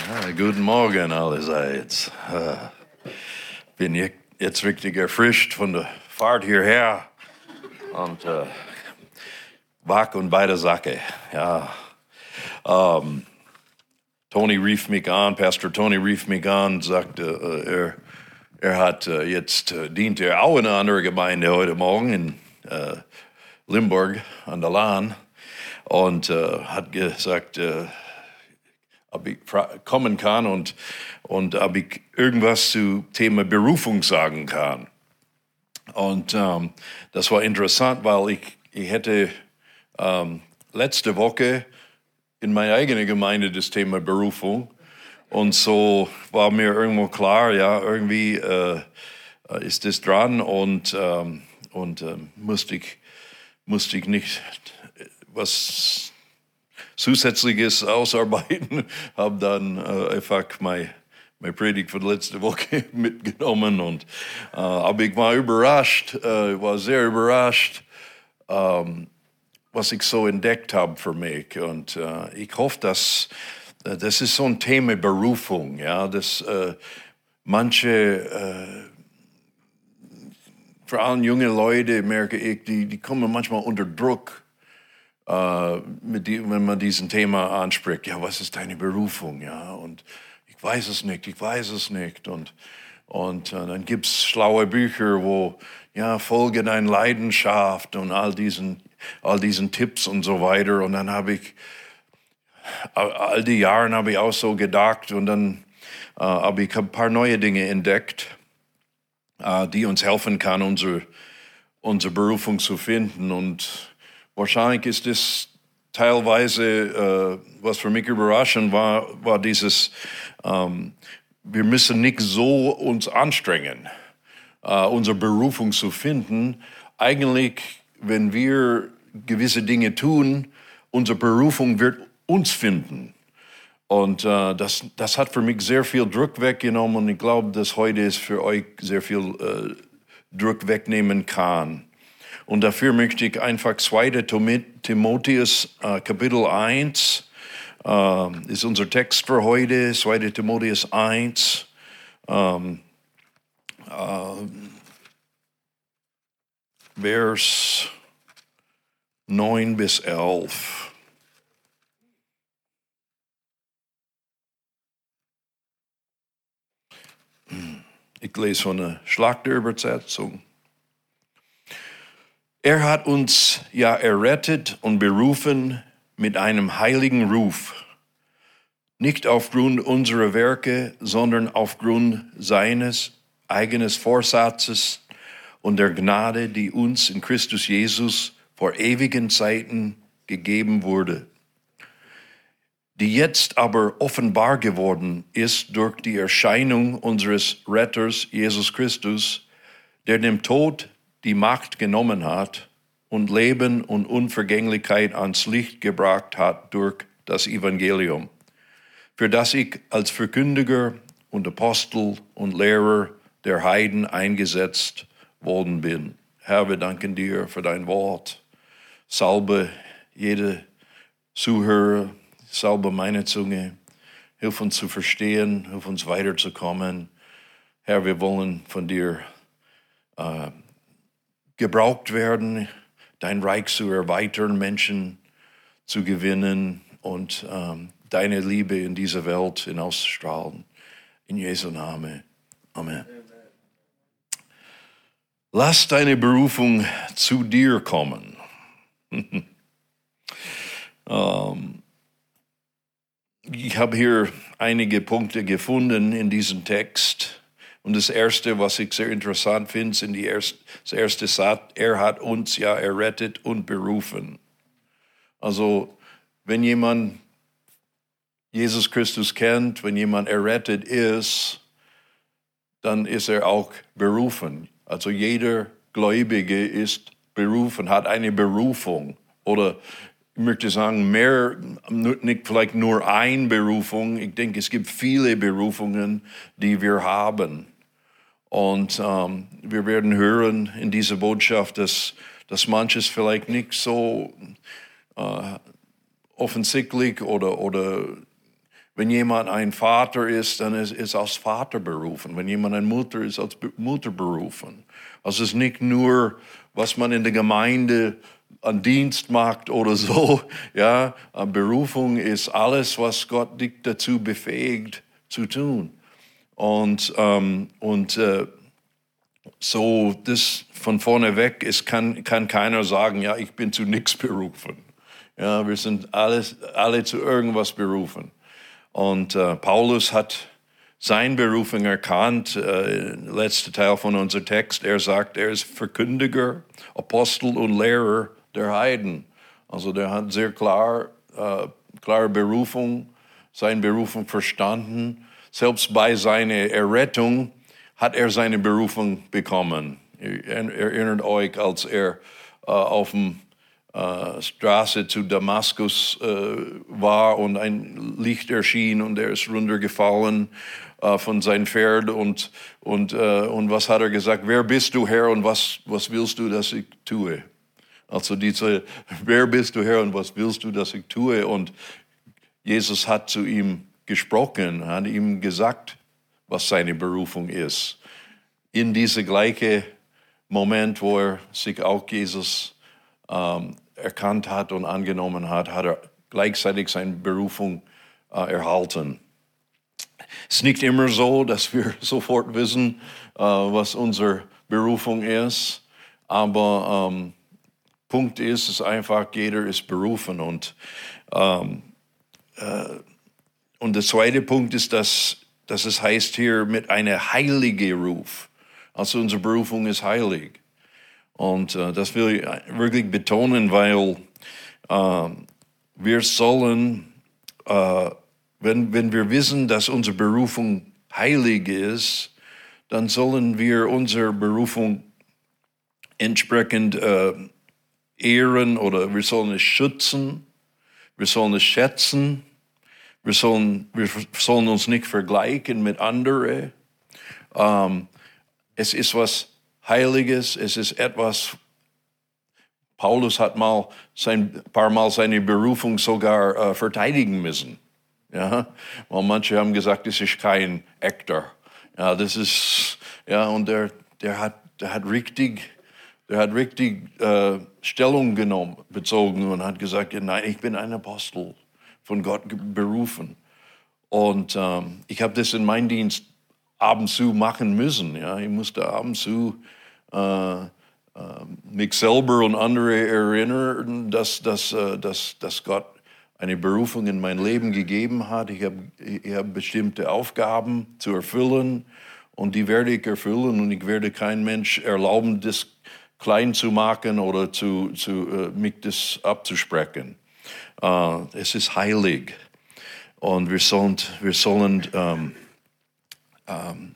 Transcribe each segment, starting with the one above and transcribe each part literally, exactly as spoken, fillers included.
Ja, guten Morgen allerseits. Ich bin jetzt richtig erfrischt von der Fahrt hierher und äh, wach und bei der Sache. Ja, ähm, Tony rief mich an, Pastor Tony rief mich an und sagte, äh, er, er hat äh, jetzt, äh, dient er auch in einer anderen Gemeinde heute Morgen in äh, Limburg an der Lahn und äh, hat gesagt, äh, ob ich kommen kann und, und ob ich irgendwas zu Thema Berufung sagen kann. Und ähm, das war interessant, weil ich, ich hätte ähm, letzte Woche in meiner eigenen Gemeinde das Thema Berufung. Und so war mir irgendwo klar, ja, irgendwie äh, ist das dran und, ähm, und äh, musste ich, musste ich nicht was Zusätzliches ausarbeiten, habe dann äh, einfach meine mein Predigt von letzter Woche mitgenommen und äh, aber ich war überrascht, äh, ich war sehr überrascht, ähm, was ich so entdeckt habe für mich und äh, ich hoffe, dass äh, das ist so ein Thema Berufung, ja, dass äh, manche, äh, vor allem junge Leute, merke ich, die, die kommen manchmal unter Druck. Uh, mit die, wenn man diesen Thema anspricht, ja, was ist deine Berufung, ja, und ich weiß es nicht, ich weiß es nicht, und, und uh, dann gibt's schlaue Bücher, wo, ja, folge deiner Leidenschaft und all diesen, all diesen Tipps und so weiter, und dann habe ich, all die Jahre habe ich auch so gedacht, und dann uh, habe ich ein paar neue Dinge entdeckt, uh, die uns helfen kann, unsere, unsere Berufung zu finden, und wahrscheinlich ist das teilweise, äh, was für mich überraschend war, war dieses, ähm, wir müssen nicht so uns anstrengen, äh, unsere Berufung zu finden. Eigentlich, wenn wir gewisse Dinge tun, unsere Berufung wird uns finden. Und äh, das, das hat für mich sehr viel Druck weggenommen und ich glaube, dass heute es für euch sehr viel äh, Druck wegnehmen kann. Und dafür möchte ich einfach zweiter Timotheus äh, Kapitel eins, äh, ist unser Text für heute, zweiter Timotheus eins, ähm, äh, Vers neun bis elf. Ich lese von der Schlachterübersetzung. Er hat uns ja errettet und berufen mit einem heiligen Ruf, nicht aufgrund unserer Werke, sondern aufgrund seines eigenen Vorsatzes und der Gnade, die uns in Christus Jesus vor ewigen Zeiten gegeben wurde, die jetzt aber offenbar geworden ist durch die Erscheinung unseres Retters Jesus Christus, der dem Tod die Macht genommen hat und Leben und Unvergänglichkeit ans Licht gebracht hat durch das Evangelium, für das ich als Verkündiger und Apostel und Lehrer der Heiden eingesetzt worden bin. Herr, wir danken dir für dein Wort. Salbe jede Zuhörer, salbe meine Zunge. Hilf uns zu verstehen, hilf uns weiterzukommen. Herr, wir wollen von dir äh, gebraucht werden, dein Reich zu erweitern, Menschen zu gewinnen und ähm, deine Liebe in dieser Welt hinauszustrahlen. In Jesu Namen. Amen. Amen. Lass deine Berufung zu dir kommen. ähm, ich habe hier einige Punkte gefunden in diesem Text. Und das Erste, was ich sehr interessant finde, sind die erste, das erste Satz, er hat uns ja errettet und berufen. Also wenn jemand Jesus Christus kennt, wenn jemand errettet ist, dann ist er auch berufen. Also jeder Gläubige ist berufen, hat eine Berufung. Oder ich möchte sagen, mehr, nicht vielleicht nur eine Berufung. Ich denke, es gibt viele Berufungen, die wir haben. Und ähm, wir werden hören in dieser Botschaft, dass, dass manches vielleicht nicht so äh, offensichtlich oder, oder Wenn jemand ein Vater ist, dann ist er als Vater berufen. Wenn jemand eine Mutter ist, als Mutter berufen. Also es ist nicht nur, was man in der Gemeinde an Dienst macht oder so. Ja, Berufung ist alles, was Gott dich dazu befähigt zu tun. Und, ähm, und äh, so das von vorne weg ist, kann, kann keiner sagen, ja, ich bin zu nichts berufen. Ja, wir sind alles, alle zu irgendwas berufen. Und äh, Paulus hat seine Berufung erkannt, äh, letzter Teil von unserem Text. Er sagt, er ist Verkündiger, Apostel und Lehrer der Heiden. Also der hat sehr klar, äh, klare Berufung, seine Berufung verstanden. Selbst bei seiner Errettung hat er seine Berufung bekommen. Ihr erinnert euch, als er äh, auf dem Uh, Straße zu Damaskus uh, war und ein Licht erschien und er ist runtergefallen uh, von seinem Pferd und, und, uh, und was hat er gesagt? Wer bist du, Herr, und was, was willst du, dass ich tue? Also diese, wer bist du, Herr, und was willst du, dass ich tue? Und Jesus hat zu ihm gesprochen, hat ihm gesagt, was seine Berufung ist. In diesem gleichen Moment, wo er sich auch Jesus ähm, erkannt hat und angenommen hat, hat er gleichzeitig seine Berufung äh, erhalten. Es ist nicht immer so, dass wir sofort wissen, äh, was unsere Berufung ist, aber ähm, Punkt ist, ist einfach, jeder ist berufen. Und, ähm, äh, und der zweite Punkt ist, dass, dass es heißt hier mit einer heilige Ruf. Also unsere Berufung ist heilig. Und äh, das will ich wirklich betonen, weil äh, wir sollen, äh, wenn, wenn wir wissen, dass unsere Berufung heilig ist, dann sollen wir unsere Berufung entsprechend äh, ehren oder wir sollen es schützen, wir sollen es schätzen, wir sollen, wir sollen uns nicht vergleichen mit anderen. Ähm, es ist was Heiliges, es ist etwas, Paulus hat mal ein paar Mal seine Berufung sogar äh, verteidigen müssen. Ja? Weil manche haben gesagt, das ist kein Ächter. Ja, das ist, ja, und der, der, hat, der hat richtig, der hat richtig äh, Stellung genommen, bezogen und hat gesagt, ja, nein, ich bin ein Apostel, von Gott berufen. Und ähm, ich habe das in meinem Dienst ab und zu machen müssen. Ja? Ich musste ab und zu äh, äh, mich selber und andere erinnern, dass, dass, äh, dass, dass Gott eine Berufung in mein Leben gegeben hat. Ich habe ich hab bestimmte Aufgaben zu erfüllen und die werde ich erfüllen und ich werde kein Mensch erlauben, das klein zu machen oder zu, zu, äh, mich das abzusprechen. Äh, es ist heilig und wir sollen, wir sollen ähm, ähm,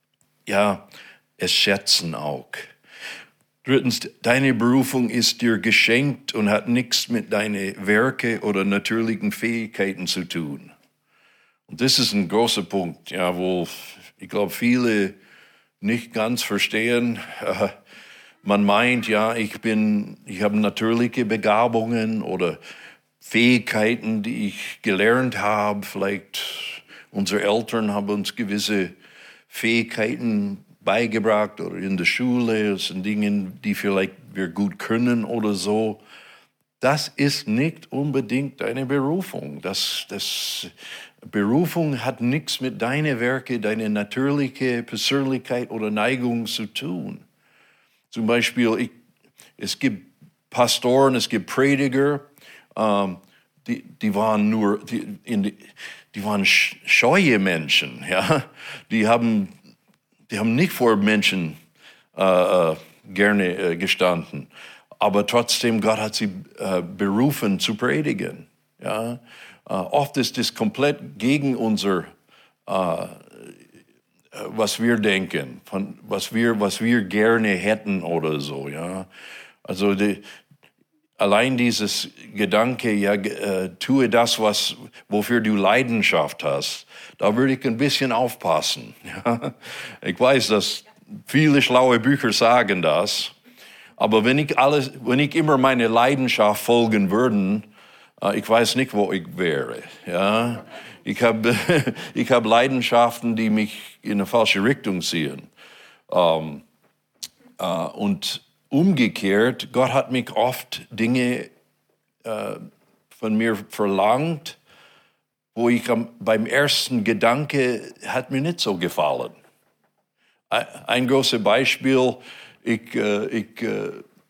ja, es schätzen auch. Drittens, deine Berufung ist dir geschenkt und hat nichts mit deinen Werke oder natürlichen Fähigkeiten zu tun. Und das ist ein großer Punkt, ja, wo ich glaube, viele nicht ganz verstehen. Äh, man meint, ja, ich bin, ich habe natürliche Begabungen oder Fähigkeiten, die ich gelernt habe. Vielleicht unsere Eltern haben uns gewisse Fähigkeiten beigebracht oder in der Schule. Das sind Dinge, die vielleicht wir gut können oder so. Das ist nicht unbedingt deine Berufung. Das, das Berufung hat nichts mit deinen Werke, deine natürliche Persönlichkeit oder Neigung zu tun. Zum Beispiel, ich, es gibt Pastoren, es gibt Prediger, ähm, die, die waren nur, die, in die, die waren scheue Menschen, ja. Die haben, die haben nicht vor Menschen äh, gerne äh, gestanden, aber trotzdem Gott hat sie äh, berufen zu predigen, ja. Äh, oft ist das komplett gegen unser, äh, was wir denken, von was wir, was wir gerne hätten oder so, ja. Also die, allein dieses Gedanke, ja, äh, tue das, was, wofür du Leidenschaft hast, da würde ich ein bisschen aufpassen. Ja? Ich weiß, dass viele schlaue Bücher sagen das, aber wenn ich alles, wenn ich immer meine Leidenschaft folgen würde, Ich weiß nicht, wo ich wäre. Ja? Ich habe ich hab Leidenschaften, die mich in eine falsche Richtung ziehen. Ähm, äh, und umgekehrt, Gott hat mich oft Dinge äh, von mir verlangt, wo ich am, beim ersten Gedanke hat mir nicht so gefallen. Ein, ein großes Beispiel, ich, äh, ich, äh,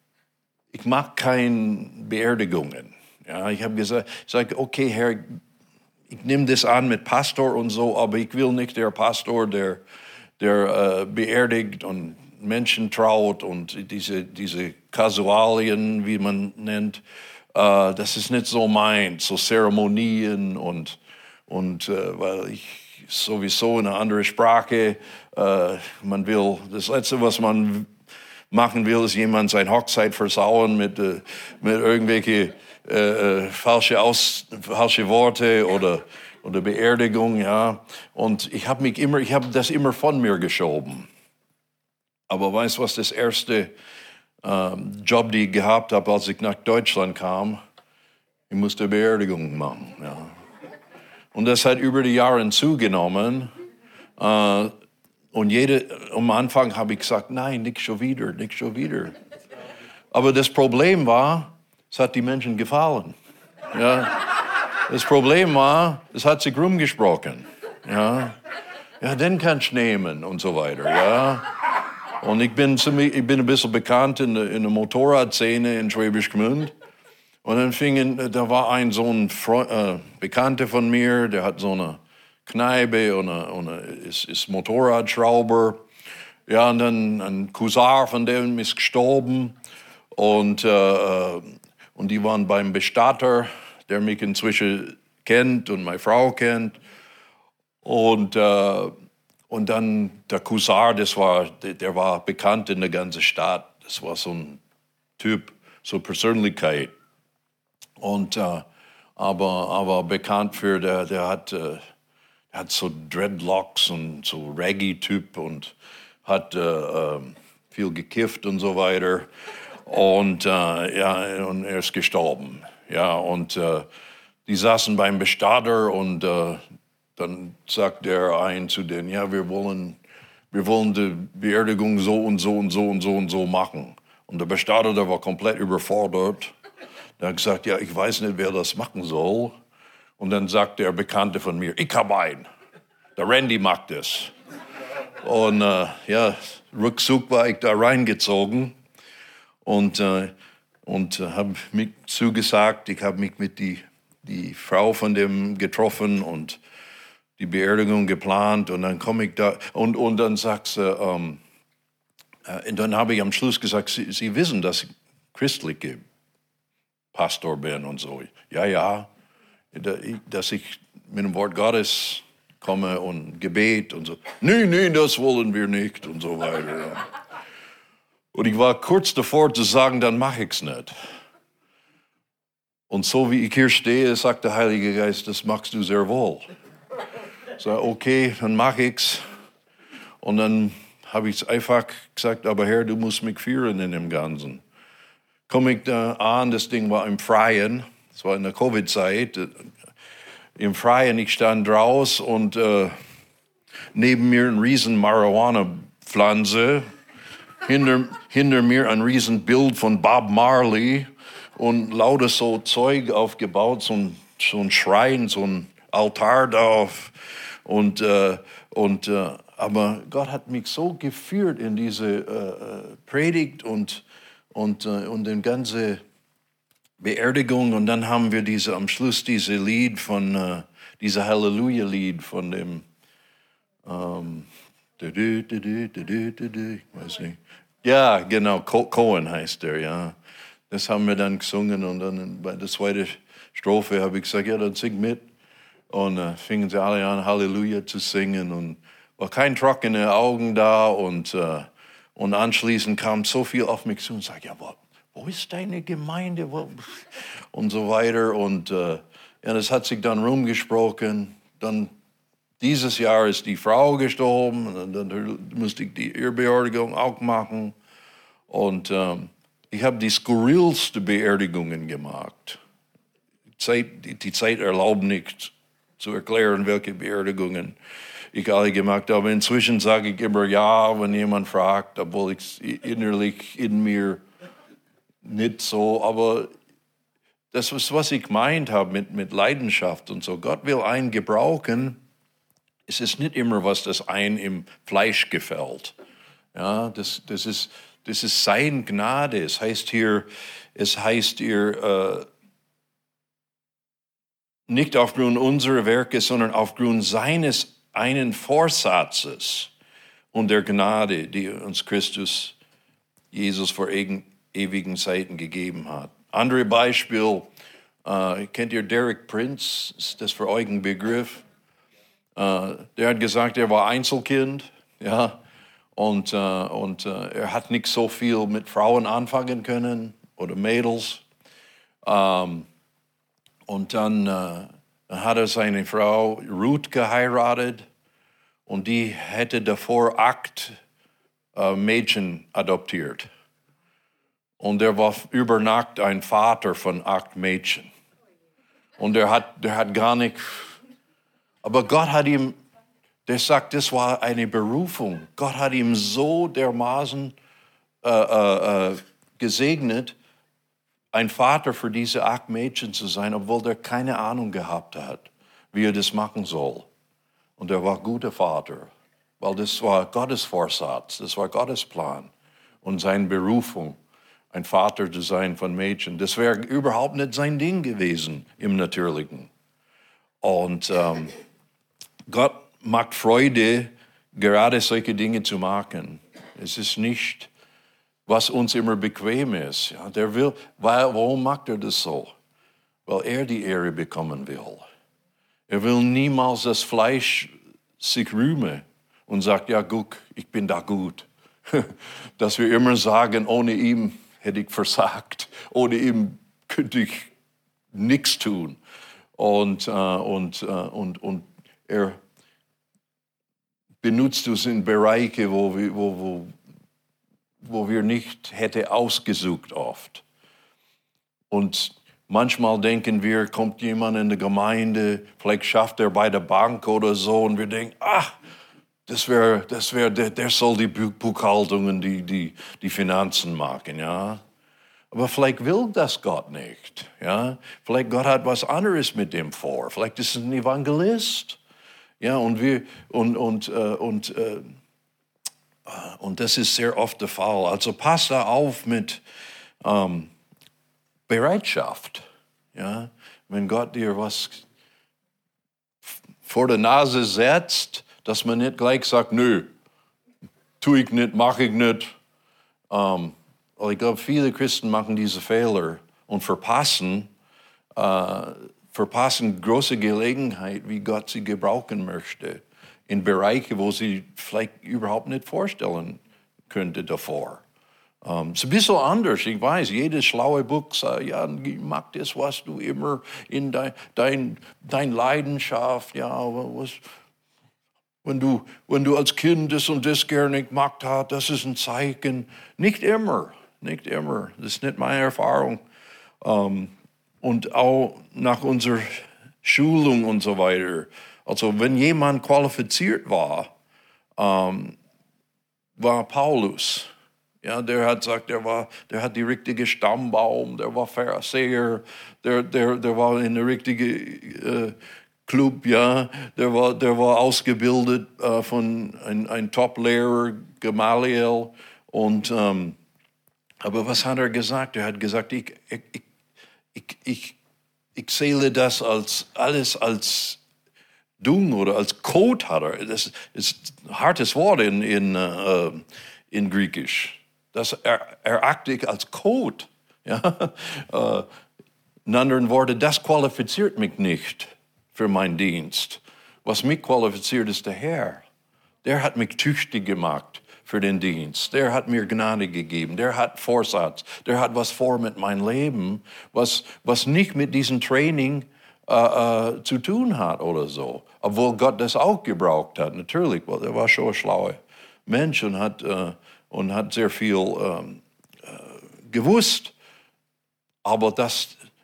ich mag keine Beerdigungen. Ja, ich habe gesagt, ich sage, okay, Herr, ich nehme das an mit Pastor und so, aber ich will nicht der Pastor, der, der äh, beerdigt und Menschen traut und diese, diese Kasualien, wie man nennt, äh, das ist nicht so meins, so Zeremonien und, und äh, weil ich sowieso eine andere Sprache, äh, man will, das Letzte, was man machen will, ist jemand seine Hochzeit versauen mit, äh, mit irgendwelche äh, falsche, Aus, falsche Worte oder, oder Beerdigung, ja. Und ich habe mich immer, ich habe das immer von mir geschoben. Aber weißt du, was das erste ähm, Job, den ich gehabt habe, als ich nach Deutschland kam? Ich musste Beerdigung machen, ja. Und das hat über die Jahre zugenommen. Äh, und jede, am Anfang habe ich gesagt, nein, nicht schon wieder, nicht schon wieder. Aber das Problem war, es hat die Menschen gefallen. Ja. Das Problem war, es hat sich rumgesprochen. Ja, ja, den kannst du nehmen und so weiter. Ja. Und ich bin, ziemlich, ich bin ein bisschen bekannt in der, in der Motorradszene in Schwäbisch Gmünd. Und dann fingen, da war ein so ein Freund, äh, Bekannter von mir, der hat so eine Kneipe und, eine, und eine, ist, ist Motorradschrauber. Ja, und dann ein Cousin von dem ist gestorben. Und, äh, und die waren beim Bestatter, der mich inzwischen kennt und meine Frau kennt. Und, äh, und dann der Cousin, das war, der, der war bekannt in der ganzen Stadt. Das war so ein Typ, so eine Persönlichkeit. Und, äh, aber, aber bekannt für, der, der hat, äh, der hat so Dreadlocks und so Reggae-Typ und hat äh, äh, viel gekifft und so weiter. Und, äh, ja, und er ist gestorben. Ja, und äh, die saßen beim Bestatter und äh, dann sagt der ein zu denen, ja, wir wollen, wir wollen die Beerdigung so und so und so und so und so machen. Und der Bestatter, der war komplett überfordert. Der hat gesagt, ja, ich weiß nicht, wer das machen soll. Und dann sagt der Bekannte von mir, ich habe einen. Der Randy macht das. Und äh, ja, ruckzuck war ich da reingezogen und, äh, und äh, habe mich zugesagt. Ich habe mich mit die, die Frau von dem getroffen und die Beerdigung geplant. Und dann komme ich da und, und dann sagt sie, ähm, äh, und dann habe ich am Schluss gesagt, Sie, Sie wissen, dass ich christliche Pastor bin und so. Ja, ja, dass ich mit dem Wort Gottes komme und Gebet und so. Nee, nee, das wollen wir nicht und so weiter. Ja. Und ich war kurz davor zu sagen, dann mache ich es nicht. Und so wie ich hier stehe, sagt der Heilige Geist, das machst du sehr wohl. Ich sage, okay, dann mache ich es. Und dann habe ich es einfach gesagt, aber Herr, du musst mich führen in dem Ganzen. Komme ich da an, das Ding war im Freien, das war in der Covid-Zeit, im Freien, ich stand draußen und äh, neben mir eine riesen Marihuana-Pflanze, hinter, hinter mir ein riesen Bild von Bob Marley und lauter so Zeug aufgebaut, so ein, so ein Schrein, so ein Altar da. Und, äh, und, äh, aber Gott hat mich so geführt in diese äh, Predigt und Und, äh, und die ganze Beerdigung. Und dann haben wir diese, am Schluss diese Lied von, äh, diese Halleluja-Lied von dem, ähm, ich weiß nicht. Ja, genau, Cohen heißt der, ja. Das haben wir dann gesungen und dann bei der zweiten Strophe habe ich gesagt, ja, dann sing mit. Und äh, fingen sie alle an, Halleluja zu singen und war kein trockene Augen da und äh, Und anschließend kam so viel auf mich zu und sagte, ja, wo, wo ist deine Gemeinde? Wo? Und so weiter. Und äh, ja, das hat sich dann rumgesprochen. Dann dieses Jahr ist die Frau gestorben. Und dann, dann musste ich die Ehebeerdigung auch machen. Und ähm, ich habe die skurrilste Beerdigungen gemacht. Zeit, die, die Zeit erlaubt nicht zu erklären, welche Beerdigungen ich alle gemacht habe. Inzwischen sage ich immer ja, wenn jemand fragt, obwohl ich es innerlich in mir nicht so, aber das ist, was ich gemeint habe mit, mit Leidenschaft und so. Gott will einen gebrauchen. Es ist nicht immer, was das einem im Fleisch gefällt. Ja, das, das, ist, das ist sein Gnade. Es heißt hier, es heißt hier, äh, nicht aufgrund unserer Werke, sondern aufgrund seines einen Vorsatzes und der Gnade, die uns Christus, Jesus vor ewigen Zeiten gegeben hat. Andere Beispiel, äh, kennt ihr Derek Prince? Ist das für euch ein Begriff? Äh, der hat gesagt, er war Einzelkind, ja, und, äh, und äh, er hat nicht so viel mit Frauen anfangen können oder Mädels. Ähm, und dann, äh, dann hat er seine Frau Ruth geheiratet und die hätte davor acht äh, Mädchen adoptiert. Und er war über Nacht ein Vater von acht Mädchen. Und er hat, der hat gar nicht, aber Gott hat ihm, der sagt, das war eine Berufung. Gott hat ihm so dermaßen äh, äh, gesegnet, ein Vater für diese acht Mädchen zu sein, obwohl er keine Ahnung gehabt hat, wie er das machen soll. Und er war ein guter Vater, weil das war Gottes Vorsatz, das war Gottes Plan und seine Berufung, ein Vater zu sein von Mädchen. Das wäre überhaupt nicht sein Ding gewesen im Natürlichen. Und ähm, Gott macht Freude, gerade solche Dinge zu machen. Es ist nicht, was uns immer bequem ist. Ja, der will, weil, warum macht er das so? Weil er die Ehre bekommen will. Er will niemals das Fleisch sich rühmen und sagt, ja guck, ich bin da gut. Dass wir immer sagen, ohne ihn hätte ich versagt. Ohne ihn könnte ich nichts tun. Und, äh, und, äh, und, und er benutzt uns in Bereiche, wo wir, wo, wo, wo wir nicht hätte ausgesucht oft. Und manchmal denken wir, kommt jemand in die Gemeinde, vielleicht schafft er bei der Bank oder so, und wir denken, ach, das wäre, das wär, der, der soll die Buchhaltungen, die, die, die Finanzen machen, ja. Aber vielleicht will das Gott nicht, ja. Vielleicht Gott hat was anderes mit dem vor. Vielleicht ist es ein Evangelist, ja. Und wir und und äh, und äh, und das ist sehr oft der Fall. Also passt da auf mit ähm, Bereitschaft, ja. Wenn Gott dir was vor der Nase setzt, dass man nicht gleich sagt, nö, tue ich nicht, mache ich nicht. Ähm, ich glaube, viele Christen machen diese Fehler und verpassen, äh, verpassen große Gelegenheit, wie Gott sie gebrauchen möchte, in Bereiche, wo sie vielleicht überhaupt nicht vorstellen könnte davor. Ähm, es ist ein bisschen anders, ich weiß, jedes schlaue Buch sagt, ja, mach das, was du immer in dein, dein, dein Leidenschaft, ja, was... Wenn du, wenn du als Kind das und das gerne gemacht hast, das ist ein Zeichen. Nicht immer, nicht immer. Das ist nicht meine Erfahrung. Ähm, und auch nach unserer Schulung und so weiter. Also wenn jemand qualifiziert war, ähm, war Paulus. Ja, der hat gesagt, der war, der hat die richtige Stammbaum, der war Pharisäer, der, der, der war in der richtigen äh, Club, ja, der war, der war ausgebildet äh, von einem ein Top-Lehrer, Gamaliel. Und, ähm, aber was hat er gesagt? Er hat gesagt, ich, ich, ich, ich, ich zähle das als, alles als Dung oder als Code hat er. Das ist ein hartes Wort in, in, äh, in Griechisch. Das er, erachte ich als Code. Ja? Äh, in anderen Worten, das qualifiziert mich nicht für meinen Dienst. Was mich qualifiziert, ist der Herr. Der hat mich tüchtig gemacht für den Dienst. Der hat mir Gnade gegeben. Der hat Vorsatz. Der hat was vor mit meinem Leben, was, was nicht mit diesem Training äh, äh, zu tun hat oder so. Obwohl Gott das auch gebraucht hat, natürlich, weil er war schon ein schlauer Mensch und hat, äh, und hat sehr viel ähm, äh, gewusst. Aber das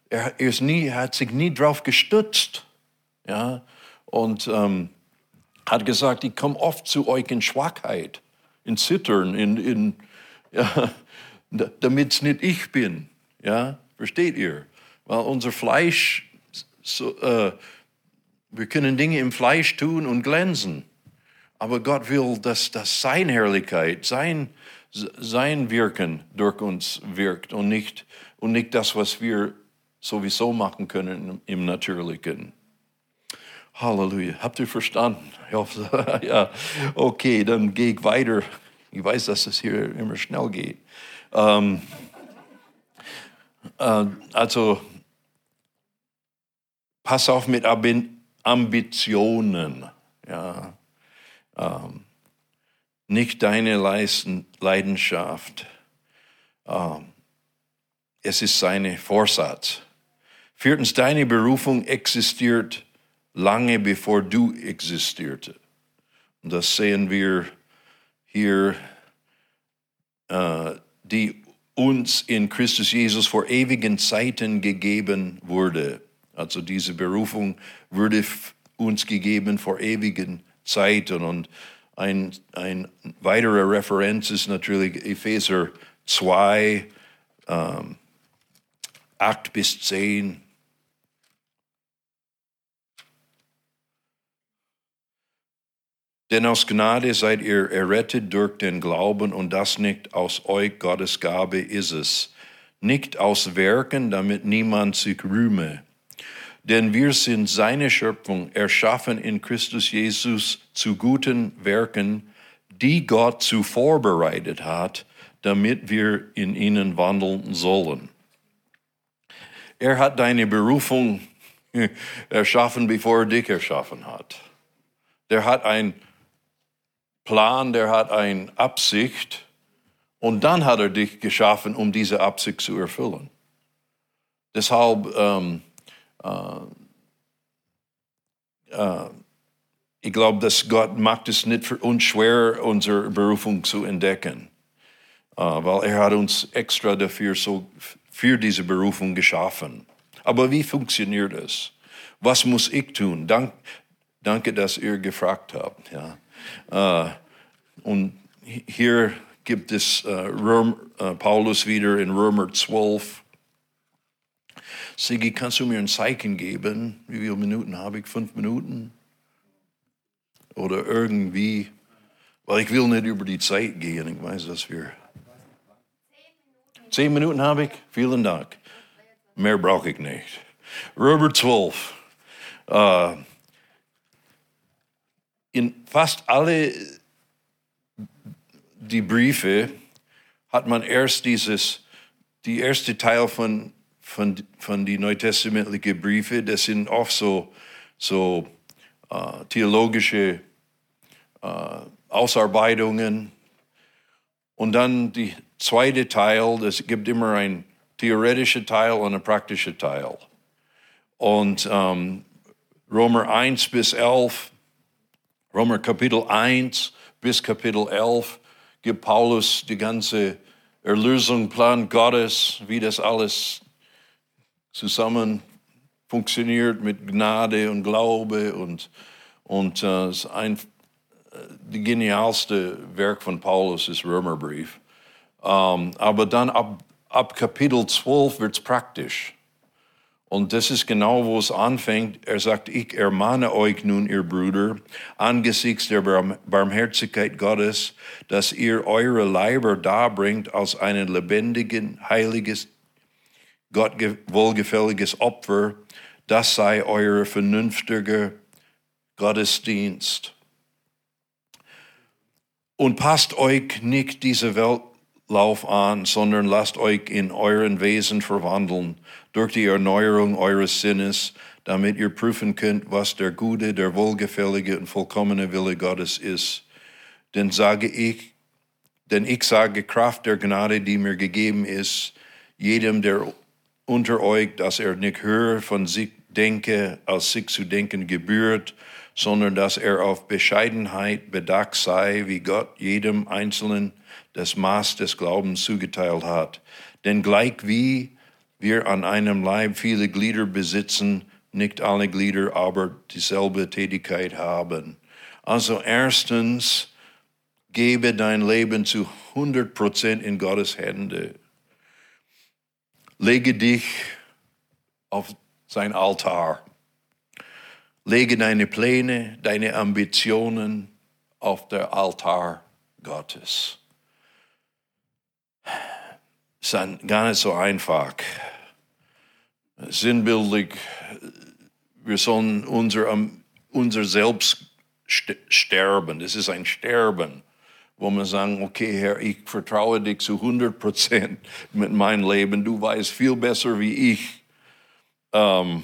Er, ist nie, er hat sich nie drauf gestützt. Ja? Und ähm, hat gesagt, ich komme oft zu euch in Schwachheit, in Zittern, in, in, ja, damit es nicht ich bin. Ja? Versteht ihr? Weil unser Fleisch, so, äh, wir können Dinge im Fleisch tun und glänzen. Aber Gott will, dass, dass seine Herrlichkeit, sein, sein Wirken durch uns wirkt und nicht, und nicht das, was wir sowieso machen können im Natürlichen. Halleluja. Habt ihr verstanden? Ja, okay, dann gehe ich weiter. Ich weiß, dass es hier immer schnell geht. Ähm, äh, also, pass auf mit Ambitionen. Ja. Ähm, nicht deine Leidenschaft. Ähm, es ist seine Vorsatz. Viertens, deine Berufung existiert lange bevor du existierte. Und das sehen wir hier, äh, die uns in Christus Jesus vor ewigen Zeiten gegeben wurde. Also diese Berufung wurde uns gegeben vor ewigen Zeiten. Und ein, ein weiterer Referenz ist natürlich Epheser zwei, ähm, acht bis zehn. Denn aus Gnade seid ihr errettet durch den Glauben und das nicht aus euch, Gottes Gabe ist es. Nicht aus Werken, damit niemand sich rühme. Denn wir sind seine Schöpfung, erschaffen in Christus Jesus zu guten Werken, die Gott zuvor bereitet hat, damit wir in ihnen wandeln sollen. Er hat deine Berufung erschaffen, bevor er dich erschaffen hat. Der hat ein Plan, der hat eine Absicht und dann hat er dich geschaffen, um diese Absicht zu erfüllen. Deshalb, ähm, äh, äh, ich glaube, dass Gott macht es nicht für uns schwer, unsere Berufung zu entdecken, äh, weil er hat uns extra dafür so für diese Berufung geschaffen. Aber wie funktioniert es? Was muss ich tun? Dank, danke, dass ihr gefragt habt. Ja. Uh, und hier gibt es uh, Röm, uh, Paulus wieder in Römer zwölf. Sigi, kannst du mir ein Zeichen geben? Wie viele Minuten habe ich? Fünf Minuten? Oder irgendwie? Weil ich will nicht über die Zeit gehen. Ich weiß, dass wir... Zehn Minuten habe ich? Vielen Dank. Mehr brauche ich nicht. Römer zwölf. Uh, in fast alle die Briefe hat man erst dieses, die erste Teil von, von, von die neutestamentlichen Briefe, das sind oft so, so uh, theologische uh, Ausarbeitungen. Und dann die zweite Teil, das gibt immer ein theoretischer Teil und ein praktischer Teil. Und um, Römer eins bis elf, Römer Kapitel eins bis Kapitel elf gibt Paulus die ganze Erlösungsplan Gottes, wie das alles zusammen funktioniert mit Gnade und Glaube und und äh, ein die genialste Werk von Paulus ist Römerbrief. Um, aber dann ab, ab Kapitel zwölf wird es praktisch. Und das ist genau, wo es anfängt. Er sagt, ich ermahne euch nun, ihr Brüder, angesichts der Barmherzigkeit Gottes, dass ihr eure Leiber darbringt als ein lebendiges, heiliges, Gott wohlgefälliges Opfer. Das sei euer vernünftiger Gottesdienst. Und passt euch nicht diese Weltlauf an, sondern lasst euch in euren Wesen verwandeln durch die Erneuerung eures Sinnes, damit ihr prüfen könnt, was der gute, der wohlgefällige und vollkommene Wille Gottes ist. Denn sage ich, denn ich sage, Kraft der Gnade, die mir gegeben ist, jedem, der unter euch, dass er nicht höher von sich denke, als sich zu denken gebührt, sondern dass er auf Bescheidenheit bedacht sei, wie Gott jedem Einzelnen das Maß des Glaubens zugeteilt hat. Denn gleich wie wir an einem Leib viele Glieder besitzen, nicht alle Glieder aber dieselbe Tätigkeit haben. Also erstens, gebe dein Leben zu hundert Prozent in Gottes Hände. Lege dich auf sein Altar. Lege deine Pläne, deine Ambitionen auf der Altar Gottes. Es ist gar nicht so einfach. Sinnbildlich, wir sollen unser, unser Selbst sterben. Das ist ein Sterben, wo wir sagen, okay, Herr, ich vertraue dich zu hundert Prozent mit meinem Leben. Du weißt viel besser wie ich ähm,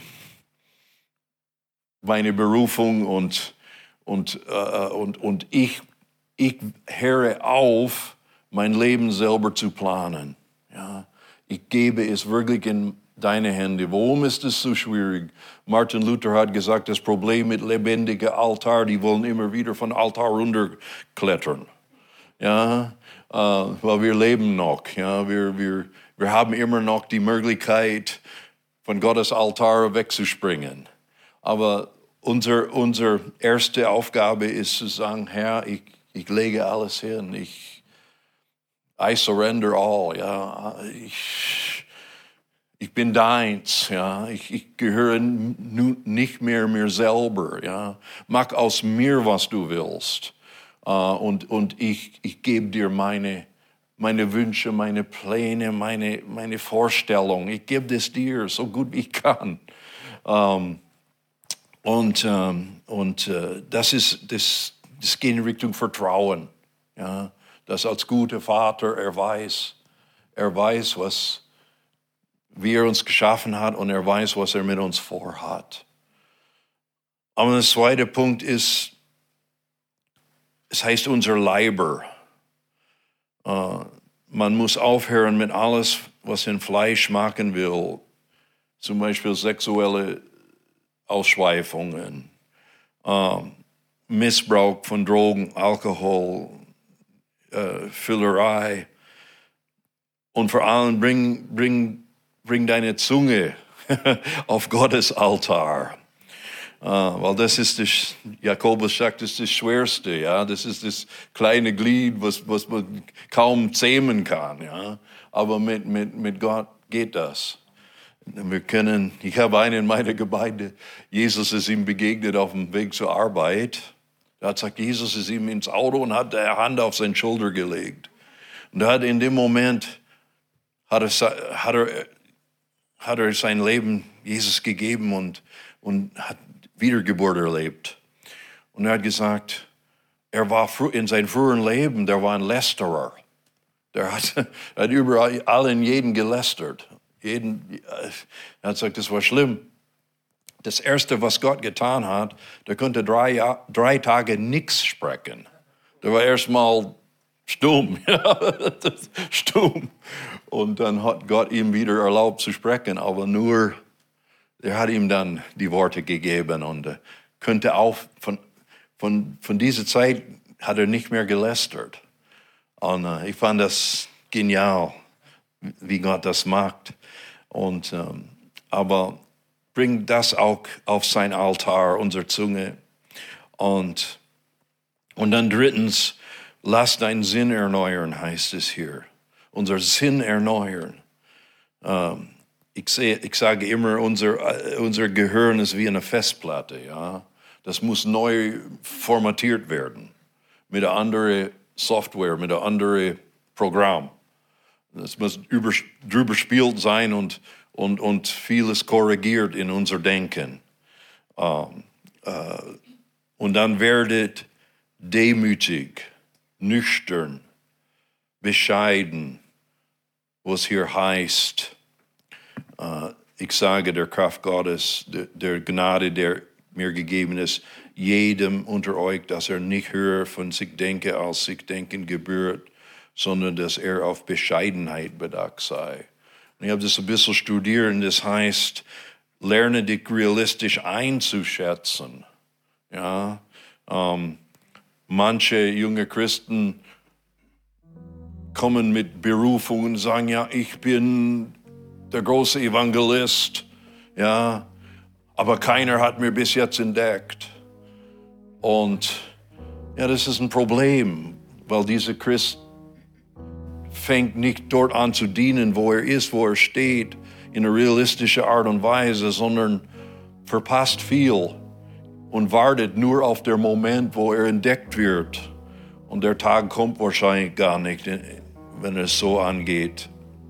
meine Berufung und, und, äh, und, und ich, ich höre auf, mein Leben selber zu planen. Ja, ich gebe es wirklich in deine Hände. Warum ist es so schwierig? Martin Luther hat gesagt, das Problem mit lebendigem Altar, die wollen immer wieder von Altar runterklettern. Ja, äh, weil wir leben noch. Ja, wir, wir, wir haben immer noch die Möglichkeit, von Gottes Altar wegzuspringen. Aber unsere unser erste Aufgabe ist zu sagen, Herr, ich, ich lege alles hin. Ich I surrender all, ja. Ich, ich bin deins, ja. Ich, ich gehöre nu, nicht mehr mir selber, ja. Mach aus mir, was du willst. Uh, und und ich, ich gebe dir meine, meine Wünsche, meine Pläne, meine, meine Vorstellungen. Ich gebe das dir so gut wie ich kann. Um, und um, und uh, das ist, das, das geht in Richtung Vertrauen, ja. Dass als guter Vater er weiß, er weiß, was, wie er uns geschaffen hat und er weiß, was er mit uns vorhat. Aber der zweite Punkt ist, es heißt unser Leiber. Uh, man muss aufhören mit alles, was in Fleisch machen will. Zum Beispiel sexuelle Ausschweifungen, uh, Missbrauch von Drogen, Alkohol, Uh, Füllerei. Und vor allem bring, bring, bring deine Zunge auf Gottes Altar. Uh, weil das ist das, Jakobus sagt, das ist das Schwerste. Ja? Das ist das kleine Glied, was, was man kaum zähmen kann. Ja? Aber mit, mit, mit Gott geht das. Wir können, ich habe einen in meiner Gemeinde, Jesus ist ihm begegnet auf dem Weg zur Arbeit. Da hat gesagt, Jesus ist ihm ins Auto und hat die Hand auf seine Schulter gelegt. Und da hat in dem Moment, hat er, hat er, hat er sein Leben Jesus gegeben und, und hat Wiedergeburt erlebt. Und er hat gesagt, er war in seinem früheren Leben, der war ein Lästerer. Der hat, er hat überall allen jeden gelästert. Jeden, er hat gesagt, das war schlimm. Das Erste, was Gott getan hat, der konnte drei, drei Tage nichts sprechen. Der war erstmal stumm. stumm. Und dann hat Gott ihm wieder erlaubt zu sprechen, aber nur, er hat ihm dann die Worte gegeben und er könnte auch, von, von, von dieser Zeit hat er nicht mehr gelästert. Und uh, ich fand das genial, wie Gott das macht. Und, um, aber bring das auch auf sein Altar, unsere Zunge. Und, und dann drittens, lass deinen Sinn erneuern, heißt es hier. Unser Sinn erneuern. Ähm, ich, sehe, ich sage immer, unser, unser Gehirn ist wie eine Festplatte. Ja? Das muss neu formatiert werden. Mit einer anderen Software, mit einem anderen Programm. Das muss über, drüber spielt sein und Und, und vieles korrigiert in unser Denken. Um, uh, und dann werdet demütig, nüchtern, bescheiden, was hier heißt. Uh, ich sage der Kraft Gottes, der, der Gnade, der mir gegeben ist, jedem unter euch, dass er nicht höher von sich denke, als sich denken gebührt, sondern dass er auf Bescheidenheit bedacht sei. Ich habe das ein bisschen studiert und das heißt, lerne dich realistisch einzuschätzen. Ja, ähm, manche junge Christen kommen mit Berufung und sagen, ja, ich bin der große Evangelist, ja, aber keiner hat mir bis jetzt entdeckt. Und ja, das ist ein Problem, weil dieser Christ fängt nicht dort an zu dienen, wo er ist, wo er steht, in einer realistischen Art und Weise, sondern verpasst viel und wartet nur auf den Moment, wo er entdeckt wird. Und der Tag kommt wahrscheinlich gar nicht, wenn es so angeht.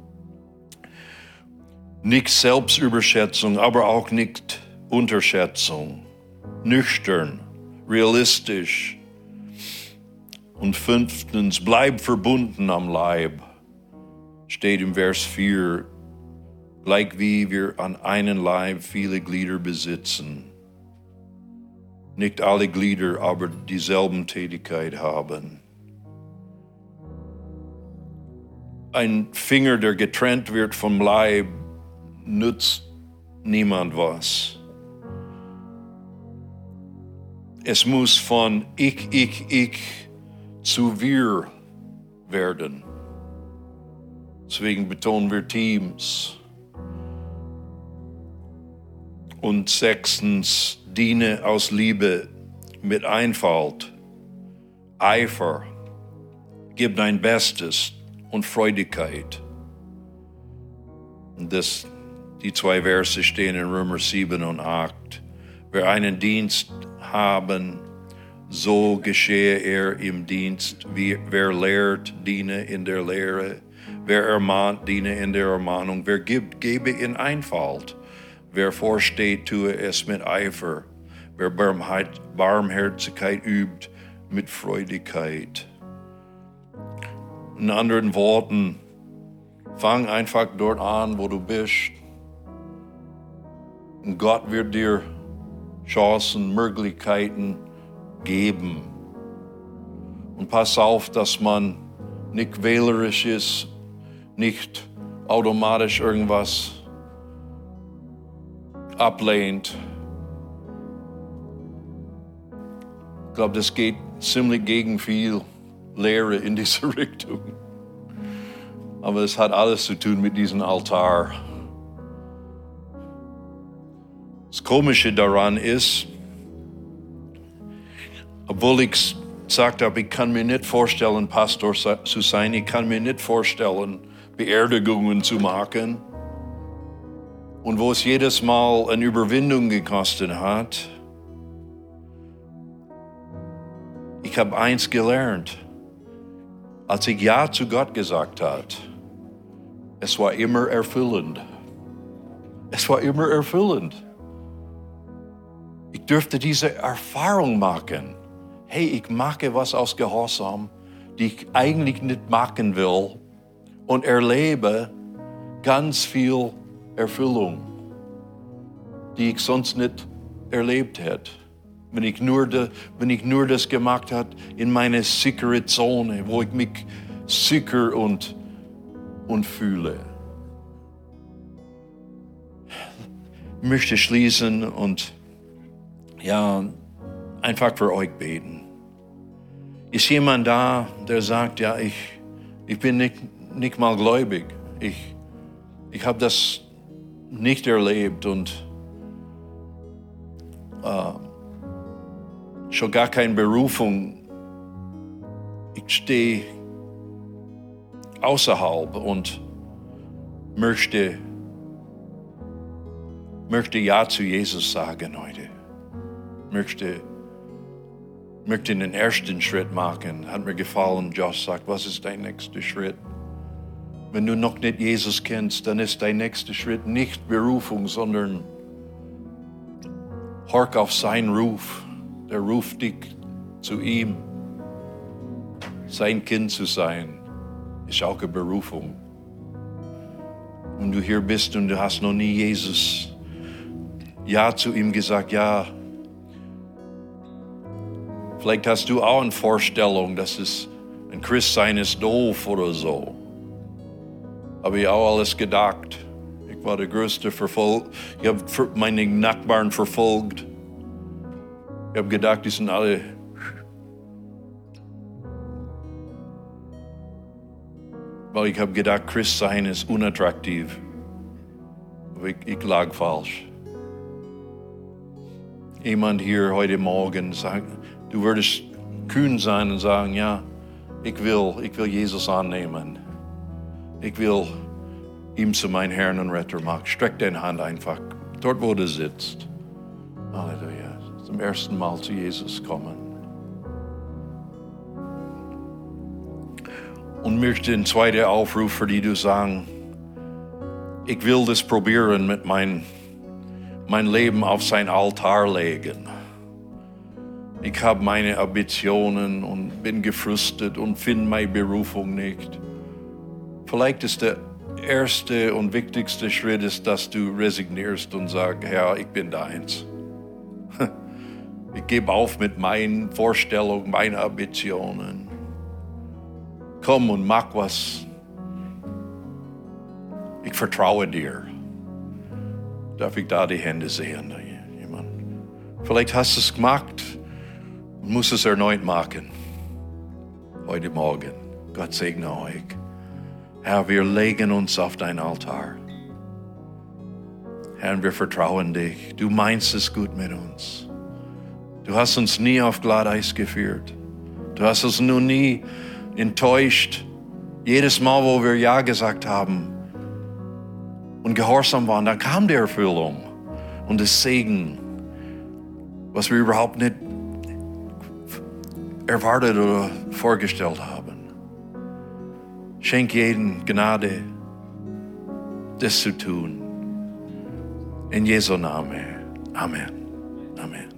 Nicht Selbstüberschätzung, aber auch nicht Unterschätzung. Nüchtern, realistisch. Und fünftens, bleib verbunden am Leib. Steht im Vers vier. Gleich wie wir an einem Leib viele Glieder besitzen. Nicht alle Glieder aber dieselben Tätigkeit haben. Ein Finger, der getrennt wird vom Leib, nützt niemand was. Es muss von ich, ich, ich zu wir werden. Deswegen betonen wir Teams. Und sechstens, diene aus Liebe mit Einfalt, Eifer, gib dein Bestes und Freudigkeit. Und das, die zwei Verse stehen in Römer sieben und acht. Wer einen Dienst haben, so geschehe er im Dienst. Wie, wer lehrt, diene in der Lehre. Wer ermahnt, diene in der Ermahnung. Wer gibt, gebe in Einfalt. Wer vorsteht, tue es mit Eifer. Wer Barmherzigkeit übt, mit Freudigkeit. In anderen Worten, fang einfach dort an, wo du bist. Und Gott wird dir Chancen, Möglichkeiten geben. Und pass auf, dass man nicht wählerisch ist, nicht automatisch irgendwas ablehnt. Ich glaube, das geht ziemlich gegen viel Lehre in diese Richtung. Aber es hat alles zu tun mit diesem Altar. Das Komische daran ist, obwohl ich gesagt habe, ich kann mir nicht vorstellen, Pastor zu sein, ich kann mir nicht vorstellen, Beerdigungen zu machen. Und wo es jedes Mal eine Überwindung gekostet hat, ich habe eins gelernt. Als ich Ja zu Gott gesagt habe, es war immer erfüllend. Es war immer erfüllend. Ich durfte diese Erfahrung machen. Hey, ich mache was aus Gehorsam, die ich eigentlich nicht machen will, und erlebe ganz viel Erfüllung, die ich sonst nicht erlebt hätte. Wenn ich nur, de, wenn ich nur das gemacht hätte in meiner sichere Zone, wo ich mich sicher und, und fühle. Ich möchte schließen und ja, einfach für euch beten. Ist jemand da, der sagt, ja, ich, ich bin nicht, nicht mal gläubig. Ich, ich habe das nicht erlebt und äh, schon gar keine Berufung. Ich stehe außerhalb und möchte, möchte Ja zu Jesus sagen heute. Möchte, möchte den ersten Schritt machen. Hat mir gefallen, Josh sagt, was ist dein nächster Schritt? Wenn du noch nicht Jesus kennst, dann ist dein nächster Schritt nicht Berufung, sondern horch auf seinen Ruf. Der ruft dich zu ihm. Sein Kind zu sein, ist auch eine Berufung. Wenn du hier bist und du hast noch nie Jesus Ja zu ihm gesagt, ja, vielleicht hast du auch eine Vorstellung, dass es ein Christsein ist doof oder so. Habe ich auch alles gedacht. Ich war der größte Verfolger. Ich habe meine Nachbarn verfolgt. Ich habe gedacht, die sind alle weil ich habe gedacht, Christsein ist unattraktiv. aber ich, ich lag falsch. Jemand hier heute Morgen sagt, du würdest kühn sein und sagen, ja, ich will, ich will Jesus annehmen. Ich will ihm zu meinem Herrn und Retter machen. Streck deine Hand einfach dort, wo du sitzt. Halleluja. Zum ersten Mal zu Jesus kommen. Und möchte den zweiten Aufruf für die du sagen, ich will das probieren mit mein, mein Leben auf sein Altar legen. Ich habe meine Ambitionen und bin gefrustet und finde meine Berufung nicht. Vielleicht ist der erste und wichtigste Schritt, ist, dass du resignierst und sagst, Herr, ich bin deins. Ich gebe auf mit meinen Vorstellungen, meinen Ambitionen. Komm und mach was. Ich vertraue dir. Darf ich da die Hände sehen? Jemand? Vielleicht hast du es gemacht und musst es erneut machen. Heute Morgen. Gott segne euch. Herr, wir legen uns auf dein Altar. Herr, wir vertrauen dich. Du meinst es gut mit uns. Du hast uns nie auf Glatteis geführt. Du hast uns nur nie enttäuscht. Jedes Mal, wo wir Ja gesagt haben und gehorsam waren, dann kam die Erfüllung und das Segen, was wir überhaupt nicht erwartet oder vorgestellt haben. Schenk jeden Gnade, das zu tun. In Jesu Namen. Amen. Amen.